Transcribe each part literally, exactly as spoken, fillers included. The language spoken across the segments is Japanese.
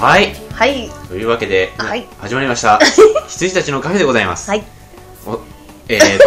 はいはいというわけで、 はい、 始まりました羊たちのカフェでございます。 はいおえーと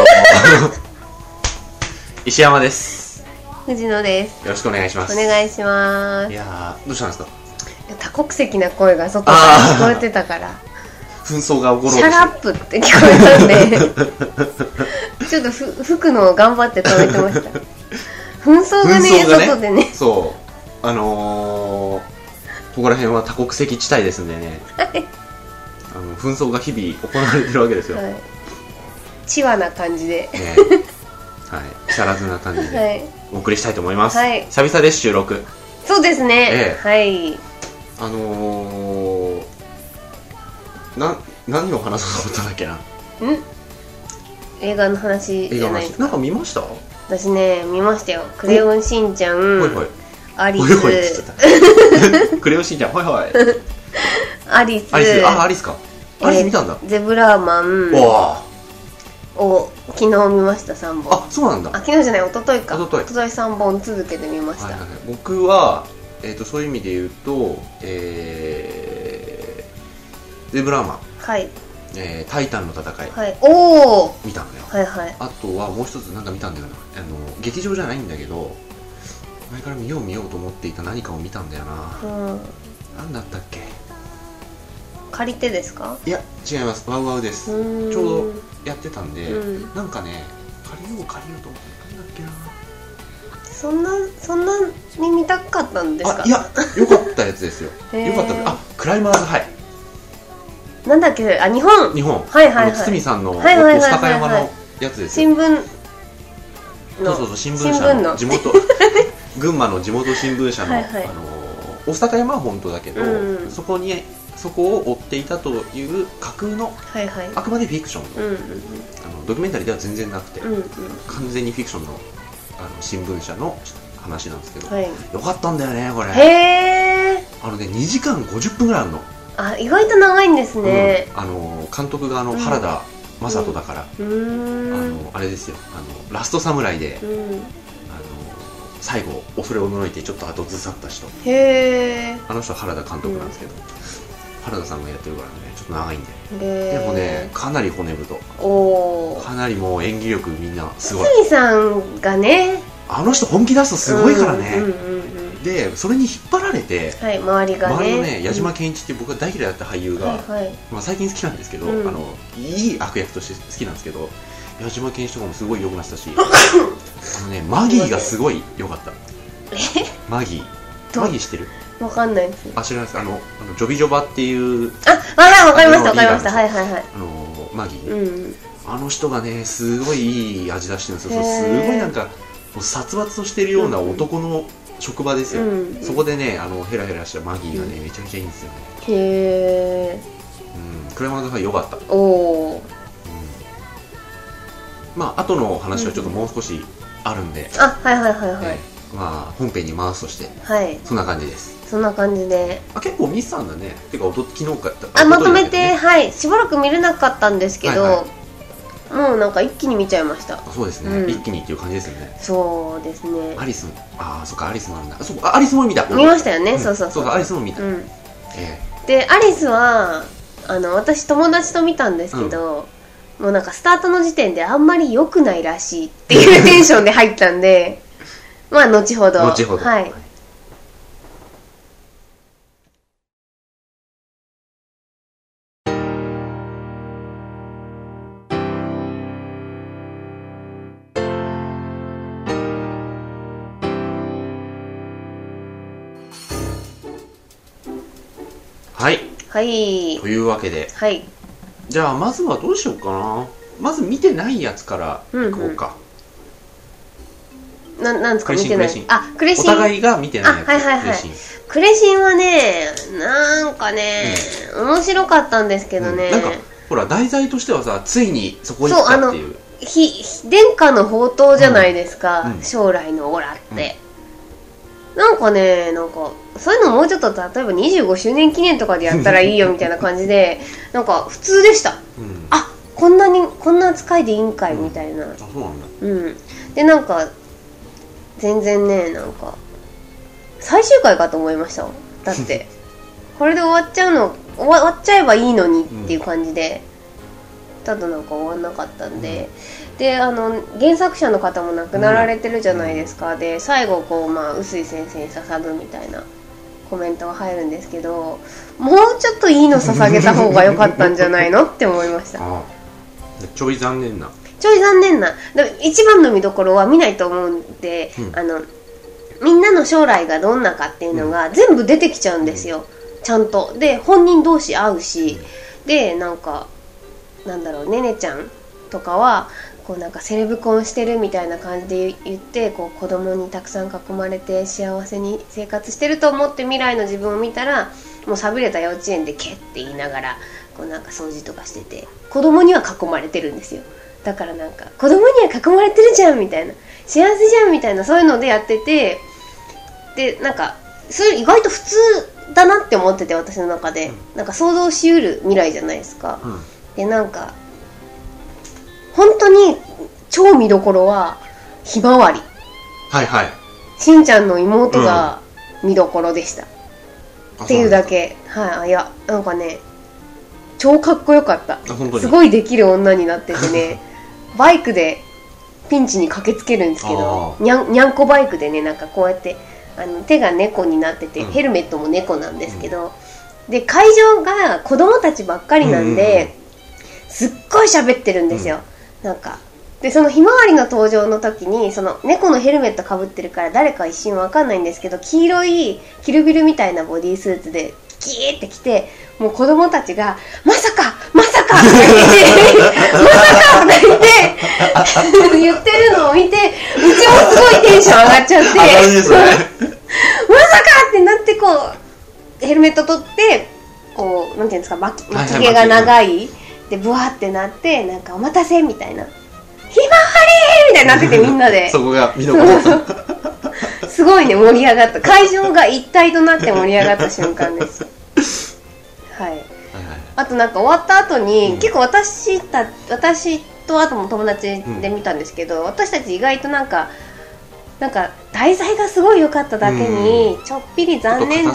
石山です。 藤野です。 よろしくお願いします。 お願いします。 いやーどうしたんですか。 多国籍な声が外から聞こえてたから紛争が起ころうとしてシャラップって聞こえたんでちょっとふ吹くのを頑張って止めてました紛争がね、 紛争がね外でね、 そうあのー、ここら辺は多国籍地帯ですんでねあの紛争が日々行われてるわけですよ、はい、 チワな感じで、ね、 はい、シャラズな感じで、 はい、 お送りしたいと思います、 はい、 久々です収録。 そうですね、 ええ、 はいあのー、な何を話そうと思ったんだっけな。ん映画の話じゃないですか。 なんか見ました。 私ね見ましたよ。クレヨンしんちゃん、 はいはい、 アリス、 はいはい、クレヨンしんちゃん、はいはいアリス、 アリス、あ、アリスか、アリス見たんだ、 えー、ゼブラーマンを昨日見ました。さんぼん。 あ、そうなんだ。 あ、昨日じゃない、一昨日か。 一昨日一昨日さんぼん続けて見ました、 はいはいはい、僕は、えーと、そういう意味で言うと、えー、ゼブラーマン、 はい、 えー、タイタンの戦い、 はい、お見たのよ、 はいはい、 あとはもう一つなんか見たんだよな、あの劇場じゃないんだけど前から見よう見ようと思っていた何かを見たんだよな、うん、なんだったっけ。 借りてですか。 いや違います、ワウワウです。 うちょうどやってたんで、 うん、 なんかね借りよう借りようと思ってなんだっけな。 そんなそんなに見たかったんですか。 あ、いや良かったやつですよ良かった。あ、クライマーズハイなんだっけ。あ、日本日本、 はいはいはい、 堤さんの御高山のやつですよ。 新聞の、 そうそうそう、新聞社の地元群馬の地元新聞社の、はいはい、あの御高山は本当だけど、うん、そこにそこを追っていたという架空の、はいはい、あくまでフィクションの、うんうんうん、あのドキュメンタリーでは全然なくて、うんうん、完全にフィクションの、あの新聞社の話なんですけど、はい、よかったんだよねこれ。 へー。 あのねにじかんごじゅっぷんぐらいあるの。 あ、意外と長いんですね、 うん、あの監督があの原田雅人だから、うん、あのあれですよ、あのラストサムライで、うん、あの最後恐れおののいてちょっと後ずさった人。 へー。 あの人は原田監督なんですけど、うん、原田さんがやってるからねちょっと長いんで、でもねかなり骨太、おかなりもう演技力みんなすごい。 堤さんがね、 あの人本気出すとすごいからね、 うんうんうんうん、でそれに引っ張られて、はい、 周りがね、 周りのね矢島健一っていう僕が大嫌いだった俳優が、はいはい、まあ、最近好きなんですけど、うん、あのいい悪役として好きなんですけど、矢島健一とかもすごい良くなってたしあのねマギーがすごい良かったマギーマギー知ってる？ わかんないです。 あ、知らないです。あの、あのジョビジョバっていう、 あ、はい、わかりましたわかりました。はいはいはい。 あのマギー、うん、あの人がねすごいいい味出してるんですよ。すごいなんか殺伐としてるような男の職場ですよ、うんうん、そこでねあのヘラヘラしたマギーがね、うん、めちゃめちゃいいんですよね。 へー、うん、クレマーズハイ良かった。 おー、うん、 まあ後の話はちょっともう少しあるんで、 うん、あ、はいはいはいはい、えー、まあ本編に回すとして、 はい、 そんな感じです。 そんな感じで、 あ、結構見てたんだね。てかおと昨日かあ、まとめて、ね、はい、しばらく見れなかったんですけど、はいはい、もうなんか一気に見ちゃいました。 そうですね、うん、一気にっていう感じですよね。 そうですね。 アリスも、ああ、そっか、アリスもあるんだ。そう、アリスも見た。 見ましたよね、うん、そうそうそうそう、アリスも見た、うん、 えー、でアリスはあの私友達と見たんですけど、うん、もうなんかスタートの時点であんまり良くないらしいっていうテンションで入ったんでまあ後ほど後ほど、 はい、 はいはい、 というわけで、 はい、 じゃあまずはどうしようかな。まず見てないやつからいこうか、 うんうん、な, なんですか見てない。あ、 クレシン、お互いが見てないやつ。 あ、はいはいはい、クレシン、クレシンはねなんかね、うん、面白かったんですけどね、 うん、なんかほら題材としてはさついにそこに行ったっていう、そう、あのひ殿下の宝刀じゃないですか、うん、将来のオラって、うん、なんかねなんかそういうのもうちょっと例えばにじゅうごしゅうねん記念とかでやったらいいよみたいな感じでなんか普通でした、うん、あ、こんなにこんな扱いでいいんかいみたいな、うん、あ、そうなんだ、うん、でなんか全然ねなんか最終回かと思いましただってこれで終わっちゃうの終わっちゃえばいいのにっていう感じで、うん、ただなんか終わんなかったんで、うん、であの原作者の方も亡くなられてるじゃないですか、うん、で最後こう、まあ、臼井先生に捧ぐみたいなコメントが入るんですけど、もうちょっといいの捧げた方が良かったんじゃないのって思いました。 あちょい残念なちょい残念な一番の見どころは見ないと思うんで、うん、あのみんなの将来がどんなかっていうのが全部出てきちゃうんですよ、うん、ちゃんと。で本人同士会うし、うん、でなんかなんだろうねねちゃんとかはこうなんかセレブ婚してるみたいな感じで言ってこう子供にたくさん囲まれて幸せに生活してると思って未来の自分を見たらもう寂れた幼稚園でケッて言いながらこうなんか掃除とかしてて子供には囲まれてるんですよ。だからなんか子供には囲まれてるじゃんみたいな幸せじゃんみたいなそういうのでやってて、でなんかそれ意外と普通だなって思ってて私の中で、うん、なんか想像しうる未来じゃないですか、うん、でなんか本当に超見どころはひまわり、 はいはい、 しんちゃんの妹が見どころでした、うん、っていうだけ。はい、いやなんかね超かっこよかった。すごいできる女になっててねバイクでピンチに駆けつけるんですけど、にゃんにゃんこバイクでねなんかこうやってあの手が猫になってて、うん、ヘルメットも猫なんですけど、うん、で会場が子供たちばっかりなんで、うんうんうん、すっごい喋ってるんですよ、うん、なんかでそのひまわりの登場の時にその猫のヘルメットかぶってるから誰か一瞬わかんないんですけど、黄色いキルビルみたいなボディースーツでギーってきて、もう子供たちがまさかまさかって言ってまさかって言って言ってるのを見て、うちもすごいテンション上がっちゃってまさかってなって、こうヘルメット取ってこうなんていうんですか、巻き毛が長いでブワーってなって、なんかお待たせみたいな、ひまわりみたいになっててみんなでそこが見どころだったすごいね盛り上がった、会場が一体となって盛り上がった瞬間ですはい、はいはい、あとなんか終わった後に、うん、結構私た私とあとも友達で見たんですけど、うん、私たち意外となんかなんか題材がすごい良かっただけに、うん、ちょっぴり残念、うん、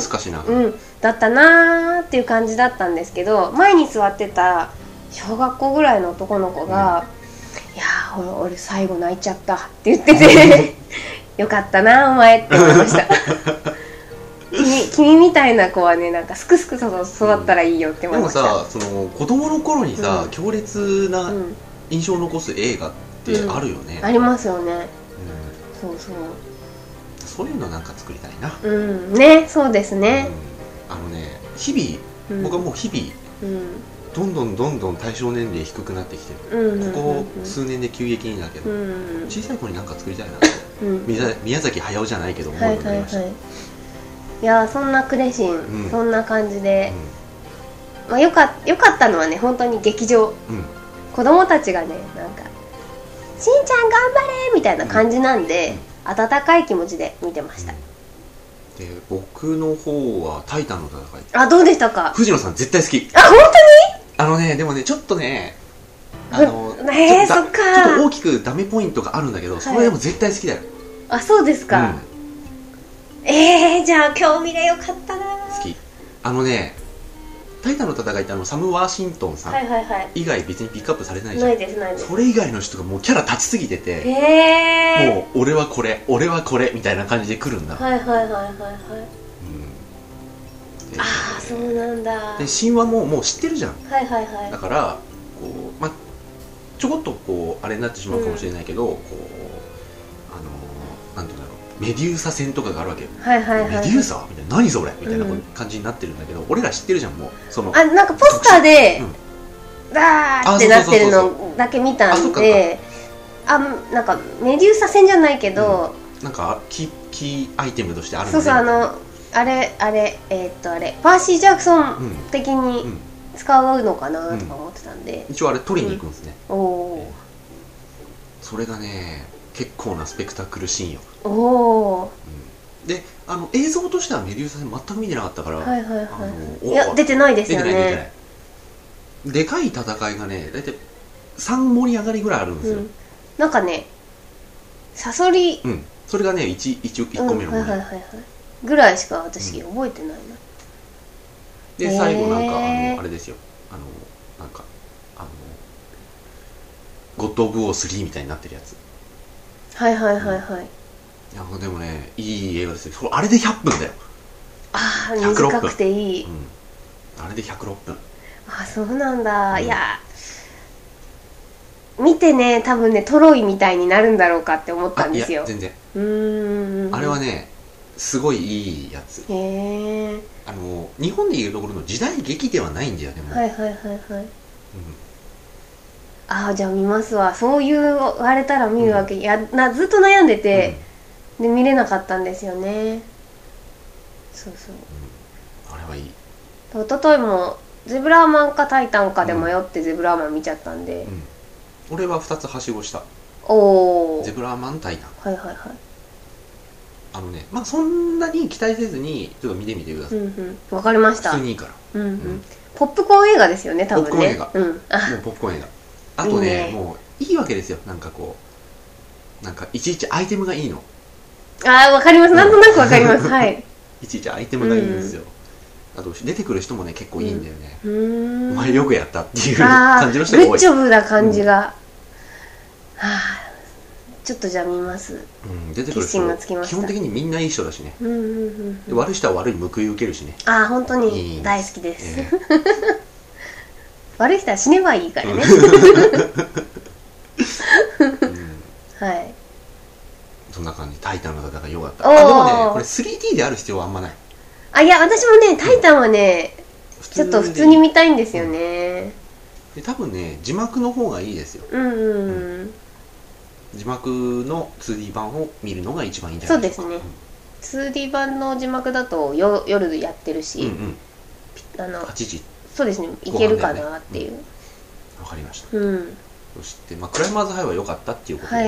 だったなーっていう感じだったんですけど、前に座ってた小学校ぐらいの男の子が、うん、いやー俺最後泣いちゃったって言っててよかったなお前って思いました君, 君みたいな子はね、なんかすくすくと育ったらいいよって思いました、 うん、でもさ、その子供の頃にさ、うん、強烈な印象を残す映画ってあるよね、 うん、ありますよね、うん、そうそうそういうのなんか作りたいな、 うんね、そうですね、 うん、あのね日々、うん、僕はもう日々、うん、どんどんどんどん対象年齢低くなってきてる、うん、ここ数年で急激にだけど、うん、小さい子になんか作りたいなって、うん、宮, 宮崎駿じゃないけど思うようになりました、はいはいはい、 いやそんなクレシン、うん、そんな感じで、うん、まあ、よか、よかったのはね本当に劇場、うん、子供たちがねなんかしんちゃん頑張れみたいな感じなんで、うん、温かい気持ちで見てました、うん、 で僕の方はタイタンの戦い、 あどうでしたか。 藤野さん絶対好き。 あ本当に。 あのねでもねちょっとねあのえー、そっかちょっと大きくダメポイントがあるんだけど、はい、それでも絶対好きだよ。 あそうですか、うん、えー、じゃあ今日見れよかったな。 好き。あのねタイタンの戦いってあのサム・ワーシントンさん以外別にピックアップされてないじゃん。 ないですないです。 それ以外の人がもうキャラ立ちすぎてて、 へー、 もう俺はこれ俺はこれみたいな感じで来るんだ。 はいはいはいはいはい、うん、ああそうなんだ。 で神話ももう知ってるじゃん。 はいはいはい。 だからこう、ま、ちょこっとこうあれになってしまうかもしれないけど、うん、こうあのー、なんていうんだろう、メデューサ戦とかがあるわけよ。 はいはいはい、 メデューサみたいな何それみたいな感じになってるんだけど、うん、俺ら知ってるじゃんもうその。 あなんかポスターで、うん、ダーってなってるのだけ見たんで、あなんかメデューサ戦じゃないけど、 うん、なんかキー、キーアイテムとしてあるんだね。 そうそう、あのあれあれえー、っとあれパーシー・ジャクソン的に使うのかなとか思ってたんで、 うん、一応あれ取りに行くんですね、 うん、おそれがね結構なスペクタクルシーンよ。 お、 うん、であの映像としてはメデューサ戦全く見てなかったから、はいはいはい、あのいや出てないですよね。出てない出てない。 でかい戦いがねだいたいさん盛り上がりぐらいあるんですよ、うん、 なんかねサソリ、 うん、それがね 1, 1, 1個目の盛り、 うん、はいはいはいはいぐらいしか私覚えてないな、 で最後なんかあのあれですよ、あのなんかあのゴッド・オブ・オースリーみたいになってるやつ。 はいはいはいはい、うん、 いやでもねいい映画ですよ。あれでひゃっぷんだよ。 ああ短くていい、うん、 あれでひゃくろっぷん。 あ、そうなんだ、うん、いや見てね多分ねトロイみたいになるんだろうかって思ったんですよ。 いや全然、 うーん、 あれはねすごいいいやつ。 へえ。 あの日本でいうところの時代劇ではないんだよね。もうはいはいはいはい、うん、ああじゃあ見ますわ。そう言われたら見るわけ、うん、いやなずっと悩んでて、うん、で見れなかったんですよね。そうそう、 うん、あれはいい。 一昨日もゼブラーマンかタイタンかで迷ってゼブラーマン見ちゃったんで、うん、 俺はふたつはしごした。 おお、 ゼブラーマン、タイタン。 はいはいはい。 あのね、まあそんなに期待せずにちょっと見てみてください。うんうん、わかりました。 普通にいいから。 うんうんうん、ポップコーン映画ですよね多分ね。 ポップコーン映画、うん、あもうポップコーン映画。あとね、いいね、もういいわけですよ。なんかこうなんかいちいちアイテムがいいの。 ああわかります、なんとなくわかりますはいいちいちアイテムがいいんですよ、うん、あと出てくる人もね結構いいんだよね、うん、お前よくやったっていう感じの人が多い。 グッジョブな感じが、うん、はあちょっとじゃあ見ます、 うん、出てくる人基本的にみんないい人だしね、うんうんうんうん、で悪い人は悪い報い受けるしね。 ああ本当に大好きです、えー、悪い人は死ねばいいからね、うん、はい、 そんな感じ。タイタンの戦い良かった。あでもねこれ スリーディー である必要はあんまない。 あいや私もねタイタンはね、うん、ちょっと普通に見たいんですよね、 うん、で多分ね字幕の方がいいですよ。うんうん、うん、字幕の ツーディー 版を見るのが一番いいんじゃないですか。そうですね、 うん、ツーディー 版の字幕だとよ夜やってるし、うんうん、あのはちじそうですねいけるかなっていう。わ、 うん、かりました、うん、そして、まあ、クライマーズハイは良かったっていうことで、はい、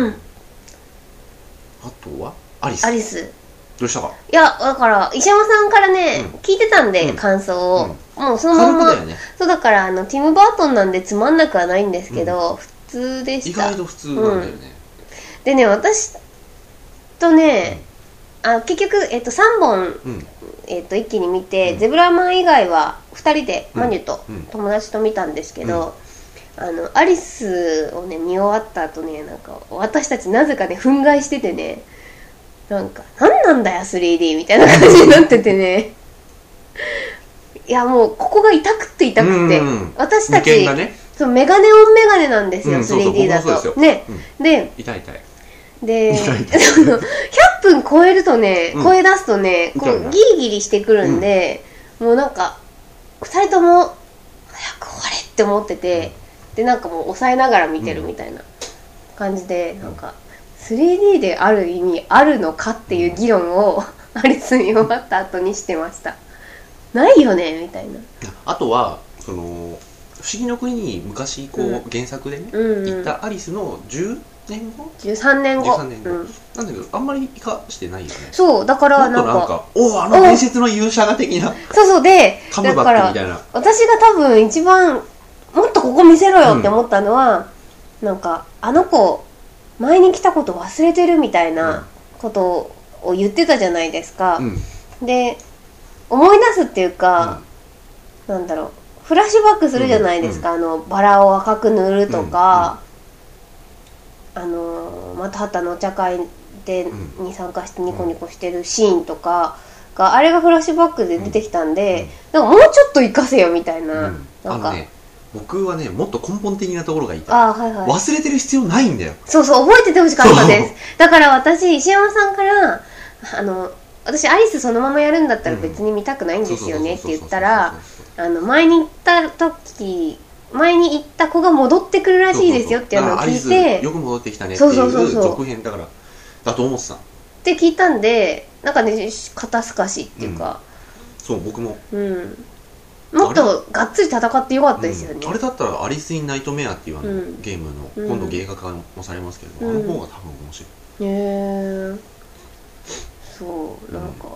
あとはアリス。 アリスどうしたか。 いやだから石山さんからね、うん、聞いてたんで、うん、感想を、うん、もうそのまんまだ、ね、そうだからあのティム・バートンなんでつまんなくはないんですけど、うん、普通でした。 意外と普通なんだよね、うん、 でね私とね、うん、あ結局、えっと、さんぼん、うんえっと、一気に見て、うん、ゼブラーマン以外はふたりで、うん、マニュと友達と見たんですけど、うん、あのアリスをね見終わった後ねなんか私たちなぜかね憤慨しててね、なんか何なんだよ スリーディー みたいな感じになっててねいやもうここが痛くて痛くて、うんうん、私たち、ね、そうメガネオンメガネなんですよ、うん、スリーディー だとね、うん、で痛い痛いでひゃっぷん超えるとね、うん、超え出すとねこうギリギリしてくるんで、うん、もうなんかふたりとも早く終われって思ってて、うん、でなんかもう抑えながら見てるみたいな感じで、うん、なんかスリーディー である意味あるのかっていう議論をアリス見終わった後にしてました。ないよねみたいな。 あとはその不思議の国に昔こう、うん、原作でね、うんうん、行ったアリスのじゅうねんごじゅうさんねんごじゅうさんねんご、うん、なんだけどあんまり生かしてないよね。 そうだからなんかもっとなんかおあの伝説の勇者が的なそうそうでカムバックみたいな。 私が多分一番もっとここ見せろよって思ったのは、うん、なんかあの子前に来たこと忘れてるみたいなことを言ってたじゃないですか、うん、で思い出すっていうか、うん、なんだろうフラッシュバックするじゃないですか、うん、あのバラを赤く塗るとか、うんうん、あのマタハタのお茶会でに参加してニコニコしてるシーンとかがあれがフラッシュバックで出てきたんで、うん、なんかもうちょっと活かせよみたいな、うん、なんかね僕はねもっと根本的なところがいた。あ、はいはい、忘れてる必要ないんだよ。 そうそう覚えててほしかったです。だから私石山さんからあの私アリスそのままやるんだったら別に見たくないんですよねって言ったら、あの前に行った時前に行った子が戻ってくるらしいですよっていうのを聞いて、 よく戻ってきたねっていう続編だからだと思ってたって聞いたんで、なんかね肩透かしっていうか、 うん、そう僕も、 うん、もっとがっつり戦ってよかったですよね。 あれ、うん、あれだったらアリス・イン・ナイトメアっていうあの、うん、ゲームの、うん、今度芸画化もされますけど、うん、あの方が多分面白い。へえー、 そうなんか、うん、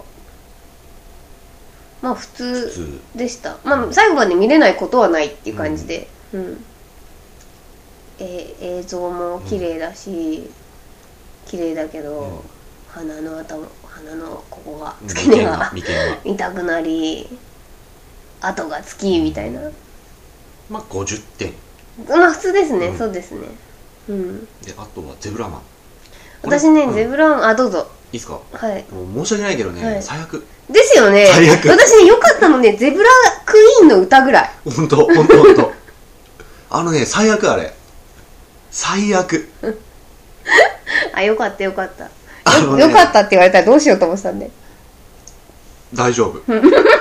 まあ普通でした。まあ最後まで見れないことはないっていう感じで、うんうん、えー、映像も綺麗だし、うん、綺麗だけど、うん、鼻の頭鼻のここが付け根が痛くなり、 後がつきみたいな。 まあごじゅってん。 まあ普通ですね、 うん、 そうですね。うん。 であとはゼブラマン。 私ね、 うん、 ゼブラマン、あ、どうぞ。 いいですか。 はい。 もう申し訳ないけどね、はい、最悪ですよね。 最悪。 私ね、よかったのね、ゼブラクイーンの歌ぐらい。 ほんとほんとほんとあのね、最悪あれ最悪あ、よかったよかった、よ, ね、よかったって言われたらどうしようと思ってたんで。 大丈夫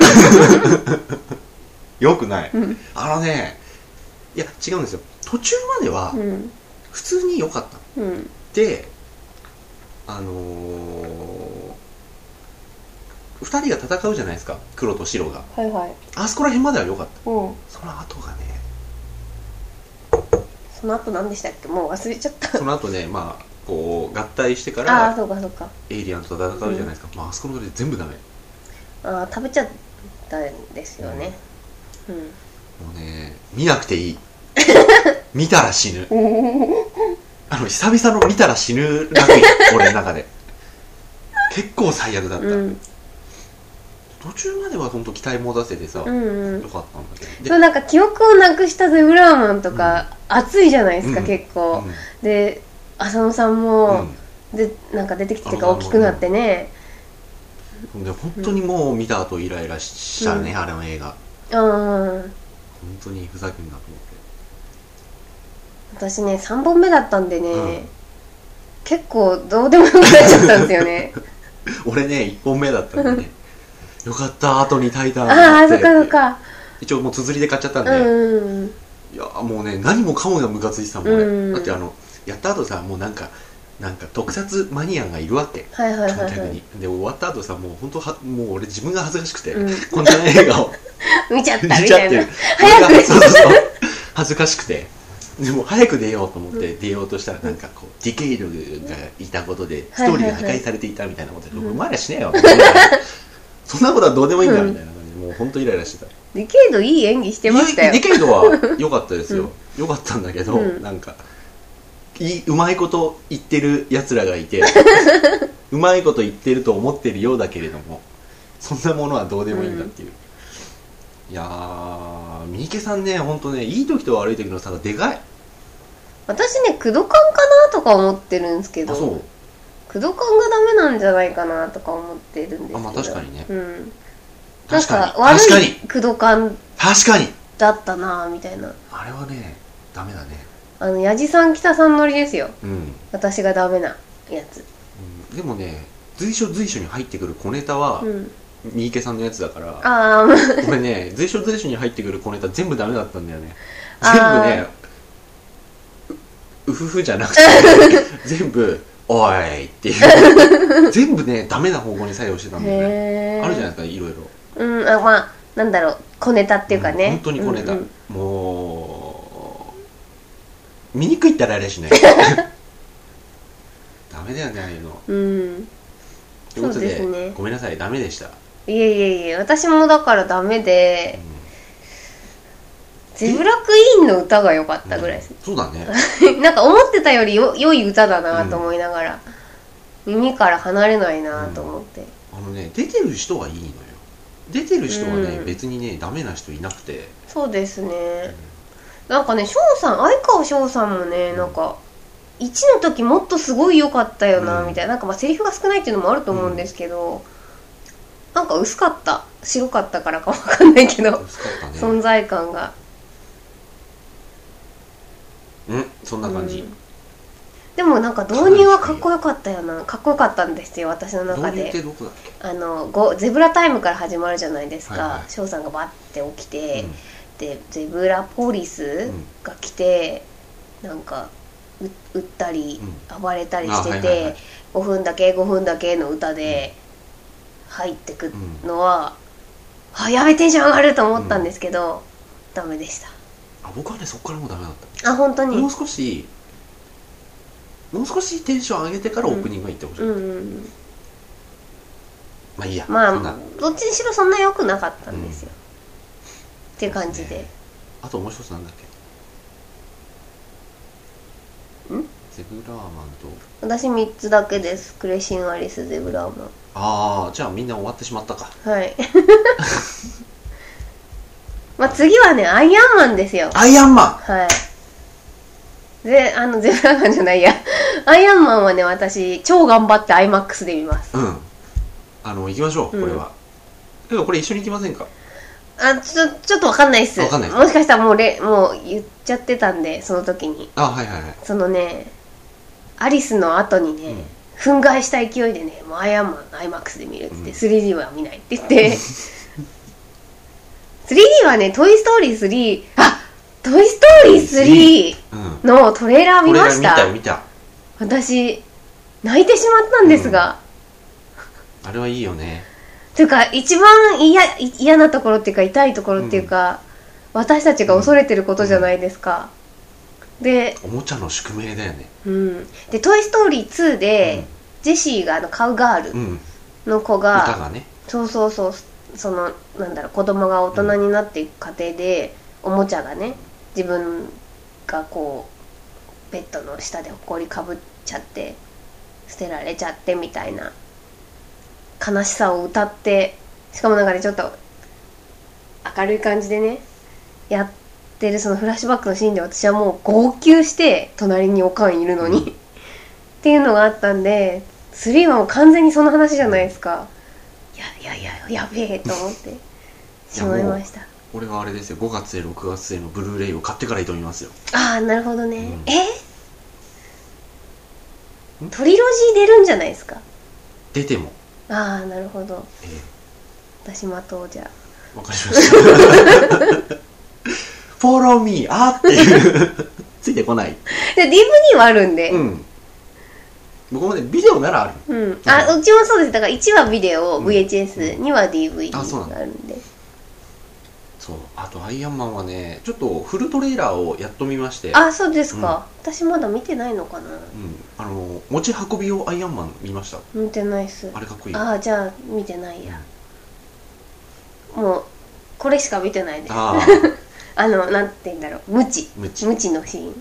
よくない、うん、あのね、いや違うんですよ、途中までは普通に良かった、うん、であのー、ふたりが戦うじゃないですか、黒と白が、 はいはい、 あそこら辺までは良かった、 うん、 その後がね、 その後何でしたっけ、もう忘れちゃった。 その後ね、まあこう合体してからあ、そうかそうか、 エイリアンと戦うじゃないですか、うん、まあ、あそこので全部ダメ。 あ、食べちゃったんですよね、うん、もうね、見なくていい見たら死ぬあの久々の見たら死ぬラグ俺の中で結構最悪だった、うん、途中までは本当期待持たせてさ、うんうん、よかったんだけど、 そう、なんか記憶をなくしたゼブラーマンとか、うん、熱いじゃないですか、うん、結構、うん、で浅野さんも、うん、でなんか出てきてか大きくなってね、 で本当にもう見た後イライラしちゃうね、うん、あれの映画、ああ本当にふざけんなと思って。 私ねさんぼんめだったんでね、うん、結構どうでもよくなっちゃったんですよね俺ねいっぽんめだったんでねよかった後にタイタンああそっかそっか、 一応もう綴りで買っちゃったんで、 うん、 いやもうね何もかもがムカついてたもん、うん、だってあのやった後さ、もうなんかなんか特撮マニアがいるわけ、 はいはいはいはい、 観客に。で終わった後さ、もう本当はもう俺自分が恥ずかしくて、うん、こんな映画を見ちゃったみたいな早くそうそうそう恥ずかしくて、でも早く出ようと思って出ようとしたら、なんかこうディケイドがいたことでストーリーが破壊されていたみたいなことで、お前らしねえよそんなことはどうでもいいんだみたいな感じで、もう本当イライラしてた。 ディケイドいい演技してましたよ。 ディケイドは良かったですよ、良かったんだけど、なんかいうまいこと言ってるやつらがいてうまいこと言ってると思ってるようだけれども、そんなものはどうでもいいんだっていう、うん、いやー三池さんね、ほんとね、いい時と悪い時の差がでかい。 私ね、クドカンかなとか思ってるんですけど、 あ、そう、 クドカンがダメなんじゃないかなとか思ってるんですけど、 あ、まあ確かにね、 うん、 確かに、 なんか悪いクドカン確かにだったなみたいな。 あれはねダメだね。 あのやじさん北さん乗りですよ、 うん、 私がダメなやつ、 うん、でもね随所随所に入ってくる小ネタは、うん、三池さんのやつだから、 あ俺ね随所随所に入ってくる小ネタ全部ダメだったんだよね。全部ね う, うふふじゃなくて全部おいっていう全部ねダメな方向に作用してたんだよね。あるじゃないですか、いろいろ。 うん、あ、まあなんだろう、小ネタっていうかね、 うん、本当に小ネタ、うんうん、もう見にくいったらあれしないダメだよね、ああいうの。うん。ということで、そうですね、ごめんなさい、ダメでした。 いえいえいえ、私もだからダメで、うん、ゼブラクイーンの歌が良かったぐらいです、 うん、そうだねなんか思ってたよりよ良い歌だなと思いながら、うん、耳から離れないなと思って、 うん、あのね、出てる人はいいのよ。出てる人はね、うん、別にねダメな人いなくて。 そうですね、うん、なんかね、翔さん、相川翔さんもね、うん、なんかいちの時もっとすごい良かったよな、うん、みたいな、なんかまあセリフが少ないっていうのもあると思うんですけど、うん、なんか薄かった、白かったからかわかんないけど、 薄かったね、 存在感が。 うん、そんな感じ、うん、 でもなんか導入はかっこよかったよな、かっこよかったんですよ、私の中で。 導入ってどこだっけ？ あのごゼブラタイムから始まるじゃないですか、はいはい、翔さんがバッて起きて、うん、でゼブラポリスが来て、うん、なんか撃ったり、うん、暴れたりしてて、はいはいはい、ごふんだけごふんだけの歌で入ってくのは、うん、あ、やべ、テンション上がると思ったんですけど、うん、ダメでした。 あ、僕はねそこからもうダメだった。 あ、本当にもう少しもう少しテンション上げてからオープニングがいってほしい、うんうんうん、まあいいや、 まあどっちにしろそんな良くなかったんですよ、うん、っていう感じで、ね、 あともう一つなんだっけ、んゼブラーマンと、 私みっつだけです。クレシンアリス、ゼブラーマン。 ああ、じゃあみんな終わってしまったか。 はいまあ次はねアイアンマンですよ。 アイアンマン、 はい。で、あのゼブラマンじゃないやアイアンマンはね私超頑張って アイマックス で見ます。 うん、あの行きましょう、これは。でもこれ一緒に行きませんか？ あ、ちょ、ちょっとわかんないっす。 わかんない。 もしかしたらもうれ、もう言っちゃってたんで、その時に。 あ、はいはいはい。 そのね、アリスの後にね、うん、憤慨した勢いでね、もうアイアンマン、アイマックスで見るって言って、うん、スリーディー は見ないって言って、スリーディー はね、トイストーリースリー、あ、トイストーリースリーのトレーラー見ました。 トレーラー見た見た。 私、泣いてしまったんですが。 うん、あれはいいよね。 というか一番嫌嫌なところっていうか痛いところっていうか、うん、私たちが恐れてることじゃないですか、うん、でおもちゃの宿命だよね、 うん、でトイストーリーツーで、うん、ジェシーがあのカウガールの子が、うん、 歌がね、 そうそうそう、そのなんだろう、子供が大人になっていく過程で、うん、おもちゃがね自分がこうベッドの下でほこりかぶっちゃって捨てられちゃってみたいな悲しさを歌って、しかもなんかねちょっと明るい感じでねやってるそのフラッシュバックのシーンで私はもう号泣して、隣におかんいるのに、うん、っていうのがあったんで、スリーはもう完全にその話じゃないですか。いやいやいややべえと思ってしまいました。 俺はあれですよ、ごがつへろくがつへのブルーレイを買ってから挑みますよ。 ああなるほどね、うん、えトリロジー出るんじゃないですか？ 出ても。 ああなるほど、 ええ、 私待とう。じゃあわかりましたフォローミーあーっていうついてこない。 で ディーブイディー はあるんで、 うん、僕もねビデオならある、 うん、あ、うちもそうです。だからいちはビデオ、うん、ブイエイチエス、には ディーブイディー があるんで。 そう、あとアイアンマンはねちょっとフルトレーラーをやっと見まして。 あ、そうですか、うん、私まだ見てないのかな。うん、 あの持ち運び用アイアンマン見ました？ 見てないっす。 あれかっこいい。 あ、じゃあ見てないや、うん、もうこれしか見てないです。ああのなんて言うんだろう、無知無知無知のシーン、うん、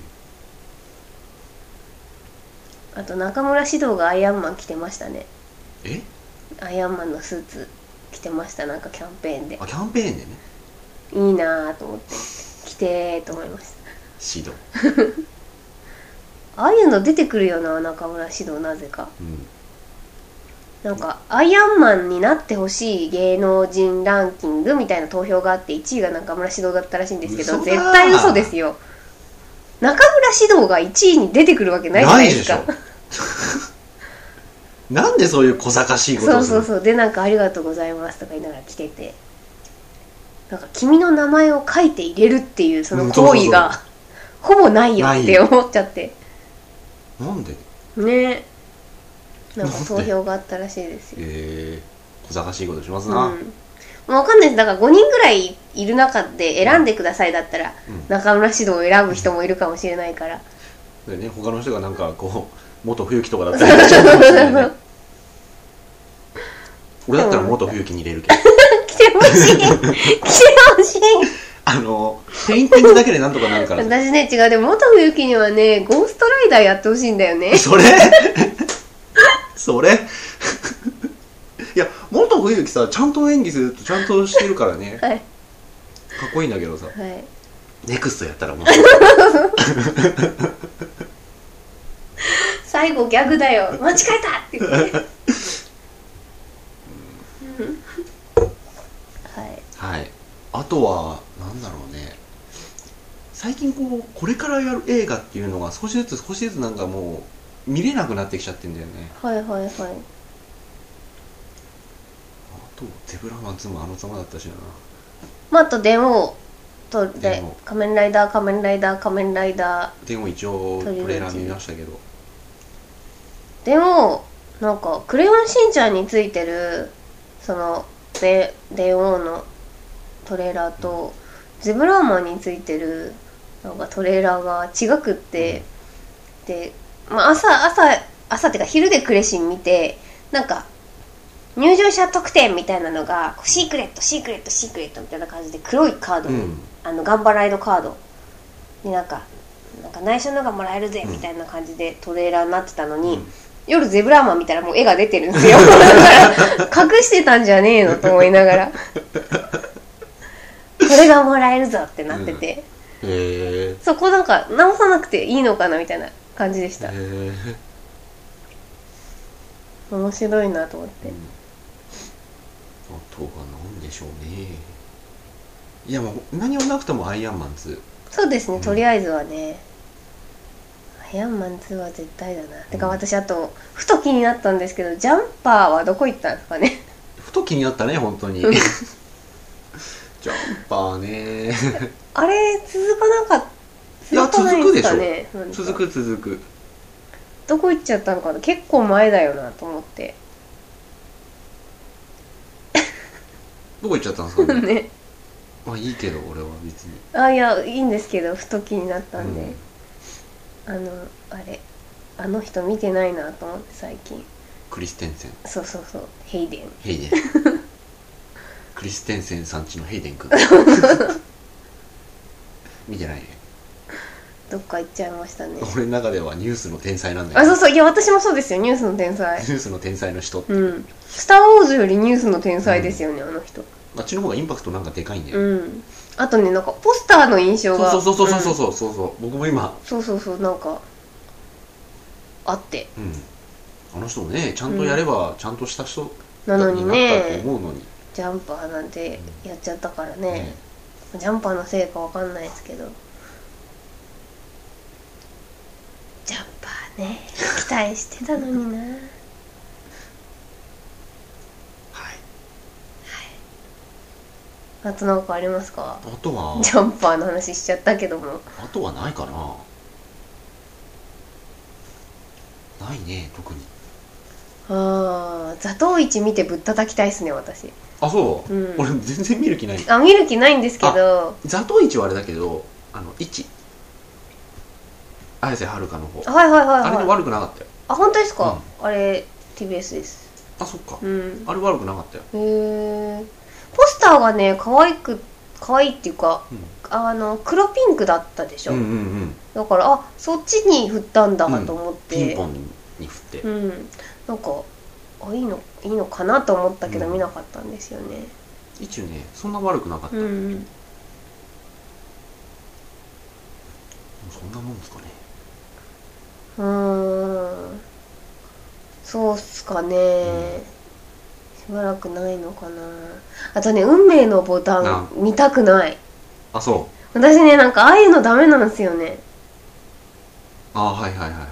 あと中村獅童がアイアンマン着てましたね。 え？ アイアンマンのスーツ着てました、なんかキャンペーンで。 あ、キャンペーンでね。 いいなと思って着てーと思いました。 獅童ああいうの出てくるよな、中村獅童、なぜか、うん、なんかアイアンマンになってほしい芸能人ランキングみたいな投票があって、いちいが中村獅童だったらしいんですけど、絶対嘘ですよ。中村獅童がいちいに出てくるわけないじゃないですか。ないでしょなんでそういう小賢しいことをする。 そうそうそう。でなんかありがとうございますとか言いながら来てて、なんか君の名前を書いて入れるっていうその行為がほぼないよって思っちゃって。 なんでね、なんか投票があったらしいですよ。 へえー、小賢しいことしますな。うん、もう分かんないです。だからごにんぐらいいる中で選んでくださいだったら、うん、中村獅童を選ぶ人もいるかもしれないから、 でね、他の人がなんかこう元冬樹とかだったらやっちゃうかもしれないね俺だったら元冬樹に入れるけど来てほしい来てほしいあのペインティングだけでなんとかなるから私ね、違う、でも元冬樹にはねゴーストライダーやってほしいんだよね。 それそれいや元冬樹さ、ちゃんと演技するとちゃんとしてるからね、はい、かっこいいんだけどさ、はい、ネクストやったらもう最後ギャグだよ、間違えたって言ってはい、 はい、あとはなんだろうね、最近こうこれからやる映画っていうのが少しずつ少しずつなんかもう見れなくなってきちゃってんだよね。 はいはいはい。あとゼブラマンツーもあのざまだったしな。 まあ、あと電王とで仮面ライダー仮面ライダー仮面ライダー電王一応トレーラー見ましたけど、 でもなんかクレヨンしんちゃんについてるそので電王のトレーラーと、うん、ゼブラーマンについてるなんかトレーラーが違くって、うん、で、まあ、朝朝朝ってか昼でクレシン見て、なんか入場者特典みたいなのがシークレットシークレットシークレットみたいな感じで黒いカードに、うん、あのガンバライドカードになんかなんか内緒のがもらえるぜみたいな感じでトレーラーになってたのに、うん、夜ゼブラーマン見たらもう絵が出てるんですよだから隠してたんじゃねえのと思いながらこれがもらえるぞってなってて、 うん、へえ。 そこなんか直さなくていいのかなみたいな感じでした。へえ。面白いなと思って、うん、 あとは何でしょうね。いやもう何もなくてもアイアンマンツー。 そうですね、とりあえずはね、アイアンマンツーは絶対だな、うん、てか私あとふと気になったんですけど、ジャンパーはどこ行ったんですかね。 ふと気になったね本当にジャンパーねあれ続かなかった。 いや続くでしょ。続く続く。 どこ行っちゃったのかな。結構前だよなと思ってどこ行っちゃったんですかね。 ね、 まあいいけど俺は別に。 あ、いやいいんですけど、ふと気になったんで、うん、あのあれあの人見てないなと思って最近。 クリステンセン。 そうそうそう、ヘイデン。 ヘイデンクリステンセンさんちのヘイデン君見てないね。 どっか行っちゃいましたね。 俺の中ではニュースの天才なんだよ、ね、 あ、そうそう、いや私もそうですよ、ニュースの天才。 ニュースの天才の人って、 うん、スター・ウォーズよりニュースの天才ですよね、うん、あの人。 あっちの方がインパクトなんかでかいんだよ、 うん、あとね、なんかポスターの印象が、 そうそうそうそうそうそうそうそう、うん、僕も今そうそうそう、なんかあって、 うん、あの人もねちゃんとやればちゃんとした人なのにね、思うのにジャンパーなんてやっちゃったからね、うん、ジャンパーのせいかわかんないですけど、ジャンパーね期待してたのになはい、はい、あとなんかありますか。 あとはジャンパーの話しちゃったけども、 あとはないかな。ないね特に。 ああ、座頭市見てぶったたきたいっすね私。 あ、そう、うん、俺全然見る気ない。 あ、見る気ないんですけど、 座頭市はあれだけど、あの市綾瀬はるかの方、 はいはいはい、はい、 あれで悪くなかったよ。 あ、本当ですか、うん、あれ ティービーエス です。 あ、そっか、 うん、 あれ悪くなかったよ。 へえ。ポスターがね可愛く可愛いっていうか、うん、あの黒ピンクだったでしょ、うんうんうん、だからあ、そっちに振ったんだと思って、 うん、ピンポンに振って、 うん、なんかあ、いいのいいのかなと思ったけど、うん、見なかったんですよね。 一応ねそんな悪くなかった、うん、そんなもんですかね。 うーん、そうっすかね、うん、しばらくないのかな。あとね、運命のボタン見たくない。 あ、そう。 私ね、なんかああいうのダメなんですよね。 あ、はいはいはいはい。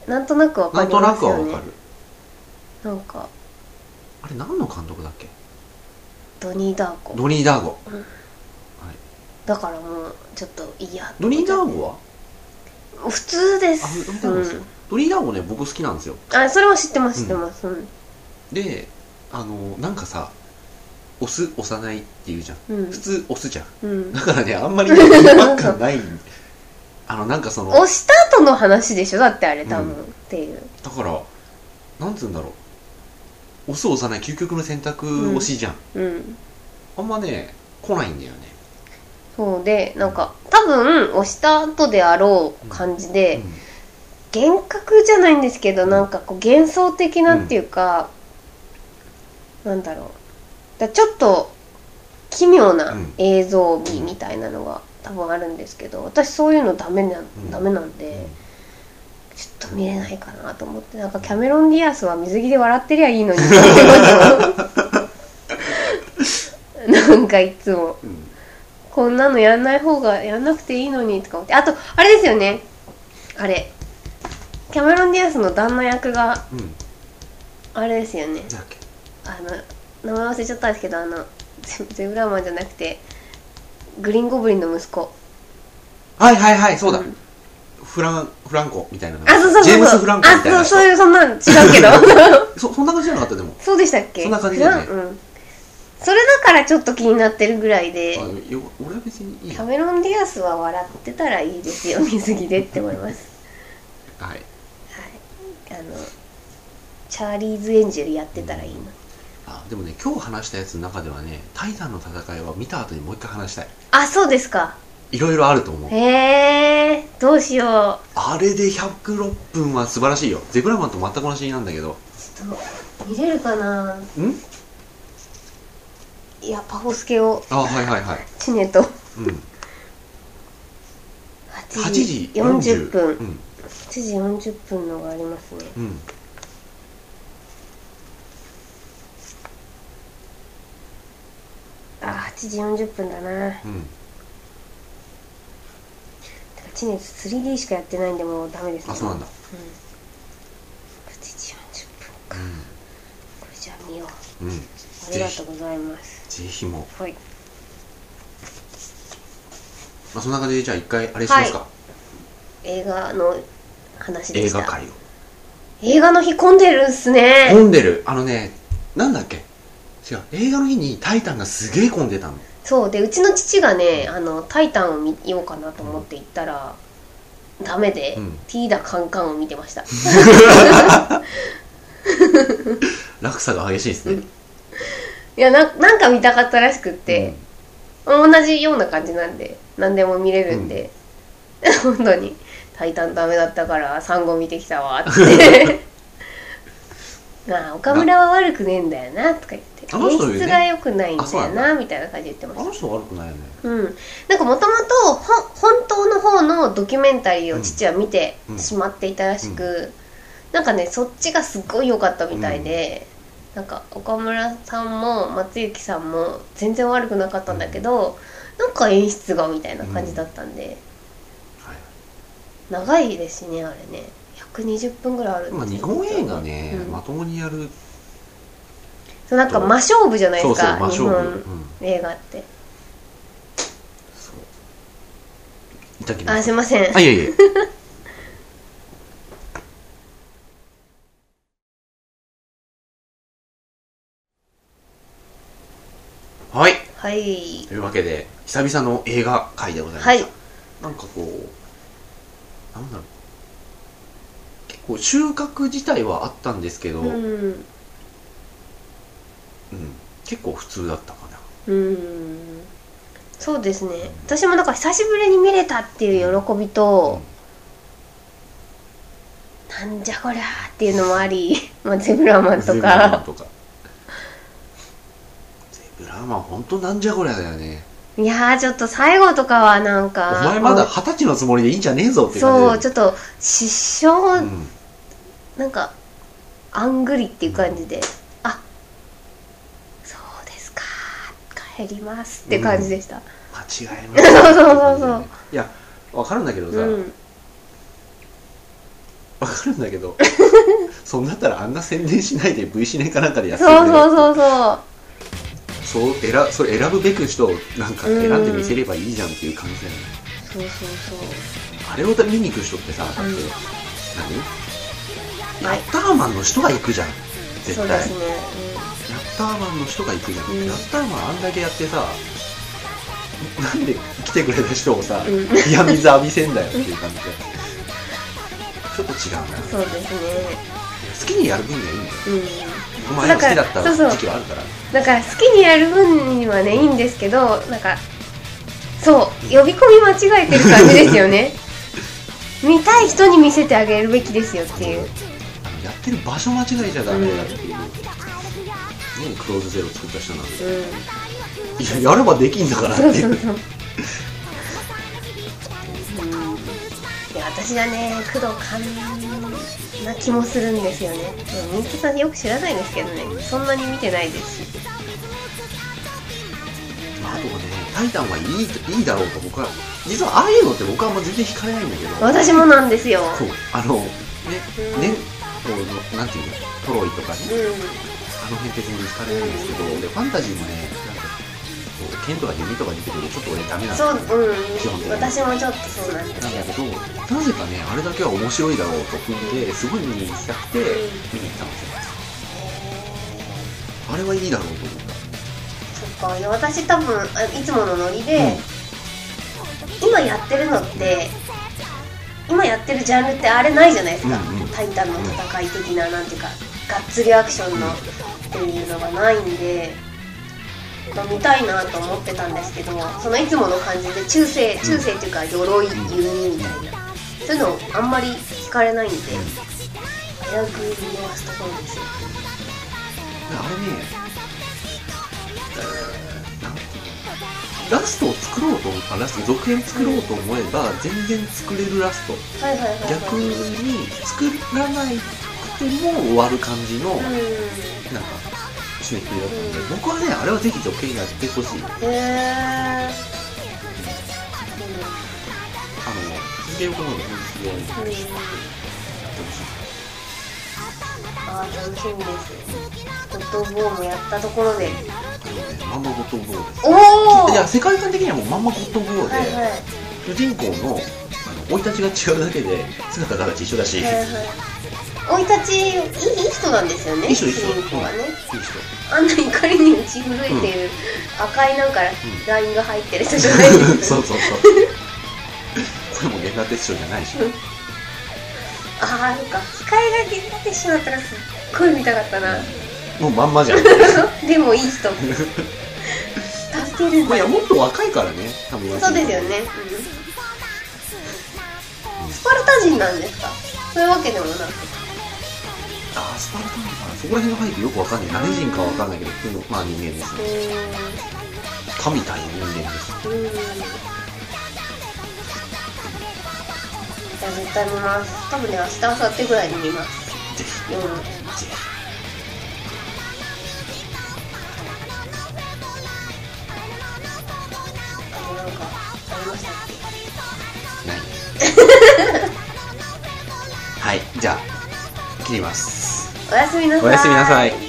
なんとなくわかりますよね。 なんとなくはわかる。 なんかあれ何の監督だっけ。 ドニー・ダーゴ。 ドニー・ダーゴ、うん、はい、 だからもうちょっといいや。 ドニー・ダーゴは普通です。 あ、ドニー・ダーゴですよ、うん、ドニー・ダーゴね僕好きなんですよ。 あ、それは知ってます知ってます、うん、 で、あのなんかさ、押す押さないっていうじゃん、うん、普通押すじゃん、うん、だからねあんまりね違和感ないあのなんかその押した後の話でしょだってあれ多分、うん、っていう。 だからなんつうんだろう、押す押さない究極の選択押しじゃん、うんうん、あんまね来ないんだよね。 そうで、なんか多分押した後であろう感じで、うんうん、幻覚じゃないんですけど、なんかこう幻想的なっていうか、うん、なんだろう、だちょっと奇妙な映像美みたいなのが多分あるんですけど、私そういうのダメな、うん、ダメなんで、ちょっと見れないかなと思って、なんかキャメロン・ディアスは水着で笑ってりゃいいのになんかいつも、うん、こんなのやんない方がやんなくていいのにとか思って。あとあれですよね、あれキャメロン・ディアスの旦那役が、うん、あれですよね、あの名前忘れちゃったんですけど、あのゼブラマンじゃなくてグリーンゴブリンの息子。 はいはいはい、そうだ、うん、フランフランコみたいな。 あ、そうそうそう、 ジェームス・フランコみたいな。 あ、そうそういう、そんなん違うけどそ, そんな感じじゃなかった。でもそうでしたっけ。 そんな感じだよね、 うん、それだからちょっと気になってるぐらいで。 あ、よ俺は別にいい。 キャメロン・ディアスは笑ってたらいいですよ水着でって思いますはい、はい、 あのチャーリーズ・エンジェルやってたらいいの、うん、 あ、でもね今日話したやつの中ではね、タイタンの戦いは見た後にもう一回話したい。 あ、そうですか。 いろいろあると思う。 へえ、どうしよう。 あれでひゃくろっぷんは素晴らしいよ。ゼブラマンと全く同じなんだけど。 ちょっと見れるかな。んいやパフォスケをあはいはいはいチネと、 うん、 はちじよんじゅっぷん、うん、はちじよんじゅっぷんのがありますね、うん、あはちじよんじゅっぷんだな、うん、チネと スリーディー しかやってないんでもうダメですね。 あそうなんだ、うん、 はちじよんじゅっぷんか、うん、これじゃあ見よう、うん、ありがとうございます。 ぜひもはい、 まあ、そんな感じでじゃあ一回あれしますか、はい、 映画の話でした。 映画界を映画の日混んでるんすね。 混んでる。あのねなんだっけ違う映画の日にタイタンがすげえ混んでたの。 そうでうちの父がねあのタイタンを見ようかなと思って行ったら、うん、ダメで、うん、ティーダカンカンを見てました落差が激しいですね、うん、いや な, なんか見たかったらしくって、うん、同じような感じなんで何でも見れるんで、うん、本当にタイタンダメだったからサンゴ見てきたわってまあ岡村は悪くねえんだよなとか言って演出が良くないんだよなみたいな感じで言ってました。 あの人悪くないよね。 うんなんかもともと本当の方のドキュメンタリーを父は見てしまっていたらしく、うんうん、なんかねそっちがすっごい良かったみたいで、うん、なんか岡村さんも松雪さんも全然悪くなかったんだけど、うん、なんか演出がみたいな感じだったんで、うんはい、長いですしねあれねひゃくにじゅっぷんぐらいあるんですよ。 まあ、日本映画ね、うん、まともにやるそうなんか真勝負じゃないですか。 そうそう真勝負、 日本映画って、うん、 そういただきます。 あすいませんあいえいえはい、 はい、 というわけで久々の映画会でございました、はい、なんかこうなんだろう結構収穫自体はあったんですけど、うんうん、結構普通だったかな。 うんそうですね、うん、私もなんか久しぶりに見れたっていう喜びと、うん、なんじゃこりゃーっていうのもありまあゼブラマンとかゼブラマンとかゼブラマンほんとなんじゃこりゃだよね。 いやーちょっと最後とかはなんかお前まだ二十歳のつもりでいいんじゃねえぞって感じでそうちょっと失笑、うん、なんかあんぐりっていう感じで、うん減りますって感じでした、うん、 間違えましたそうそうそうそういや分かるんだけどさ、うん、分かるんだけどそんなったらあんな宣伝しないで V シネかなんかでやってくれる。そうそうそうそうそう選それ選ぶべく人をなんか選んでみせればいいじゃんっていう感じだよね、 うん、そうそうそうあれを見に行く人ってさだって、うん、何ヤッターマンの人が行くじゃん絶対。そうですね、うんヤッターマンの人が行くじゃん、うん、ヤッターマンあんだけやってさなんで来てくれた人をさ、うん、冷や水浴びせんだよっていう感じでちょっと違うな。 そうですね好きにやる分にはいいんだよ、うん、お前も好きだった時期はあるからだから好きにやる分にはね、うん、いいんですけどなんかそう呼び込み間違えてる感じですよね見たい人に見せてあげるべきですよっていうあのやってる場所間違えちゃダメだっていう、うんね、クローズゼロ作った人なんで、うん、いややればできんだからっていうそうそうそううんいや私はね工藤勘な気もするんですよね。みゆきさんよく知らないんですけどねそんなに見てないですし、 まあ、あとはねタイタンはいい、いいだろうと僕は実はああいうのって僕はもう全然惹かれないんだけど私もなんですよ。 そうあのね、うん、ねこうなんていうのトロイとかね、うんあの辺って全然惹かれないんですけど、うん、でファンタジーもねなんかこう剣とか弓とか出てくるとちょっと俺ダメなんですよ、 そう、うん、基本的に私もちょっとそうなんですよ。 なんだけどなぜかねあれだけは面白いだろうと踏んですごい見に行きたくて見に行ったんですよ、うん、あれはいいだろうと思った。 そっか私多分いつものノリで、うん、今やってるのって今やってるジャンルってあれないじゃないですか、うんうん、タイタンの戦い的ななんていうかがっつりアクションのっていうのがないんで、まあ、見たいなと思ってたんですけどそのいつもの感じで中世中世っていうか鎧弓みたいなそういうのあんまり聞かれないんで危うく見逃すところですよ。 あれねラストを作ろうと思ったラスト続編作ろうと思えば全然作れるラスト、 はいはいはいはい、 逆に作らないくても終わる感じの、うん、なんか締めくくりだったので、うん、僕はねあれはぜひ続編やってほしい。へえ。あの続けようと思うので本当にやってほしい。 ああ楽しみです。ゴッド・オブ・ウォーもやったところで。 まんまゴッド・オブ・ウォーです。おお。いや世界観的にはもうまんまゴッド・オブ・ウォーで、はいはい、主人公の生い立ちが違うだけで姿形一緒だし。はいはい、 生い立ちいい、いい人なんですよね。 いい人いい人。 主人公はね。 いい人。 あんな怒りに打ち震えている、うん、赤いなんかラインが入ってる人じゃないですか、ね。そうそうそう。これも源田鉄章じゃないし。 ああ、なんか控えが源田鉄章だったらすっごい見たかったな。 もうまんまじゃん。 でもいい人。助けるんだ。 いやもっと若いからね。多分そうですよね。うん、スパルタ人なんですか。そういうわけでもなく。 ああスパルタ人かな。そこら辺の背景よくわかんない。何人かわかんないけど、普通のまあ人間ですね。神対人間です。 じゃあ絶対見ます。多分ね明日明後日ぐらいに見ます。 ぜひ。 夜。 ぜひ。はい、じゃあ切ります。 おやすみなさい。 おやすみなさい。